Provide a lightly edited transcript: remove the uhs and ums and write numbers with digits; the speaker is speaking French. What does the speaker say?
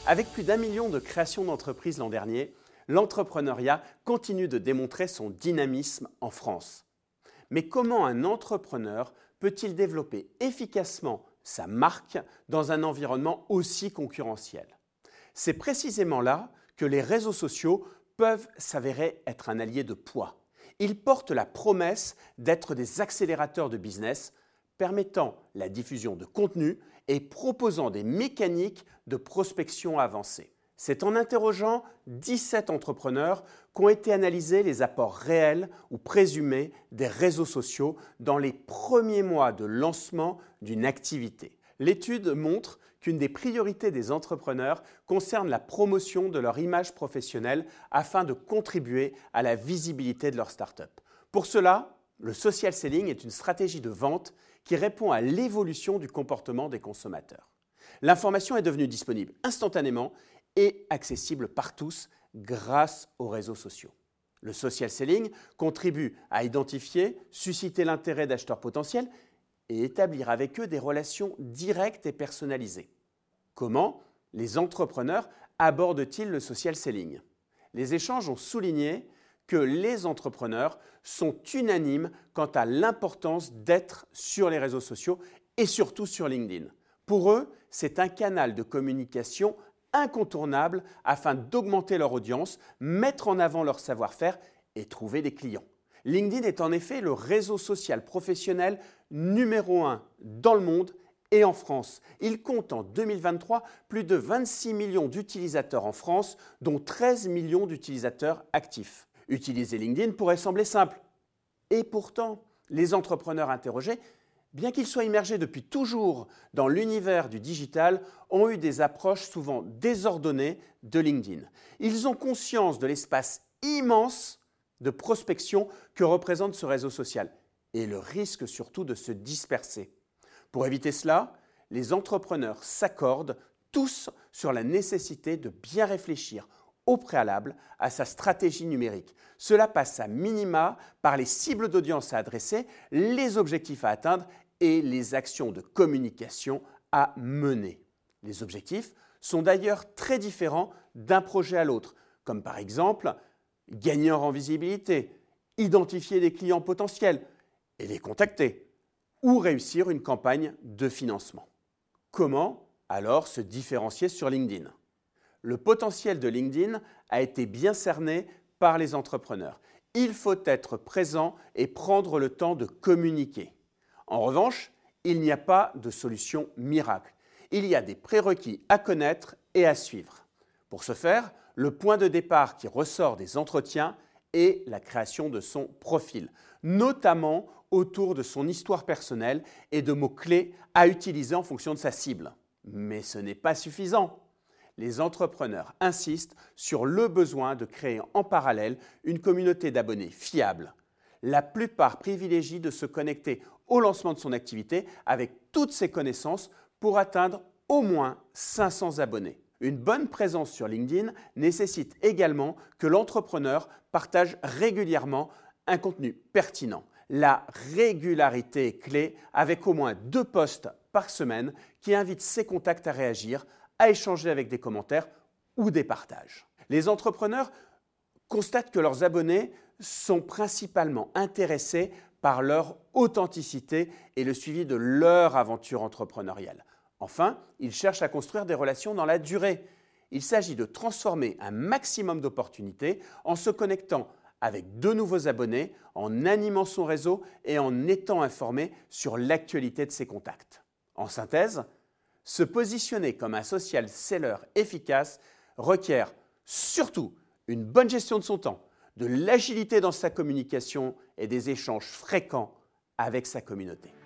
Avec plus d'1 million de créations d'entreprises l'an dernier, l'entrepreneuriat continue de démontrer son dynamisme en France. Mais comment un entrepreneur peut-il développer efficacement sa marque dans un environnement aussi concurrentiel? C'est précisément là que les réseaux sociaux peuvent s'avérer être un allié de poids. Ils portent la promesse d'être des accélérateurs de business, permettant la diffusion de contenu et proposant des mécaniques de prospection avancées. C'est en interrogeant 17 entrepreneurs qu'ont été analysés les apports réels ou présumés des réseaux sociaux dans les premiers mois de lancement d'une activité. L'étude montre qu'une des priorités des entrepreneurs concerne la promotion de leur image professionnelle afin de contribuer à la visibilité de leur start-up. Pour cela, le social selling est une stratégie de vente qui répond à l'évolution du comportement des consommateurs. L'information est devenue disponible instantanément et accessible par tous grâce aux réseaux sociaux. Le social selling contribue à identifier, susciter l'intérêt d'acheteurs potentiels et établir avec eux des relations directes et personnalisées. Comment les entrepreneurs abordent-ils le social selling? Les échanges ont souligné que les entrepreneurs sont unanimes quant à l'importance d'être sur les réseaux sociaux et surtout sur LinkedIn. Pour eux, c'est un canal de communication incontournable afin d'augmenter leur audience, mettre en avant leur savoir-faire et trouver des clients. LinkedIn est en effet le réseau social professionnel numéro 1 dans le monde et en France. Il compte en 2023 plus de 26 millions d'utilisateurs en France, dont 13 millions d'utilisateurs actifs. Utiliser LinkedIn pourrait sembler simple. Et pourtant, les entrepreneurs interrogés, bien qu'ils soient immergés depuis toujours dans l'univers du digital, ont eu des approches souvent désordonnées de LinkedIn. Ils ont conscience de l'espace immense de prospection que représente ce réseau social et le risque surtout de se disperser. Pour éviter cela, les entrepreneurs s'accordent tous sur la nécessité de bien réfléchir au préalable à sa stratégie numérique. Cela passe à minima par les cibles d'audience à adresser, les objectifs à atteindre et les actions de communication à mener. Les objectifs sont d'ailleurs très différents d'un projet à l'autre, comme par exemple gagner en visibilité, identifier des clients potentiels et les contacter, ou réussir une campagne de financement. Comment alors se différencier sur LinkedIn? Le potentiel de LinkedIn a été bien cerné par les entrepreneurs. Il faut être présent et prendre le temps de communiquer. En revanche, il n'y a pas de solution miracle. Il y a des prérequis à connaître et à suivre. Pour ce faire, le point de départ qui ressort des entretiens est la création de son profil, notamment autour de son histoire personnelle et de mots-clés à utiliser en fonction de sa cible. Mais ce n'est pas suffisant. Les entrepreneurs insistent sur le besoin de créer en parallèle une communauté d'abonnés fiable. La plupart privilégient de se connecter au lancement de son activité avec toutes ses connaissances pour atteindre au moins 500 abonnés. Une bonne présence sur LinkedIn nécessite également que l'entrepreneur partage régulièrement un contenu pertinent. La régularité est clé avec au moins 2 posts par semaine qui invitent ses contacts à réagir, à échanger avec des commentaires ou des partages. Les entrepreneurs constatent que leurs abonnés sont principalement intéressés par leur authenticité et le suivi de leur aventure entrepreneuriale. Enfin, ils cherchent à construire des relations dans la durée. Il s'agit de transformer un maximum d'opportunités en se connectant avec de nouveaux abonnés, en animant son réseau et en étant informé sur l'actualité de ses contacts. En synthèse, se positionner comme un social seller efficace requiert surtout une bonne gestion de son temps, de l'agilité dans sa communication et des échanges fréquents avec sa communauté.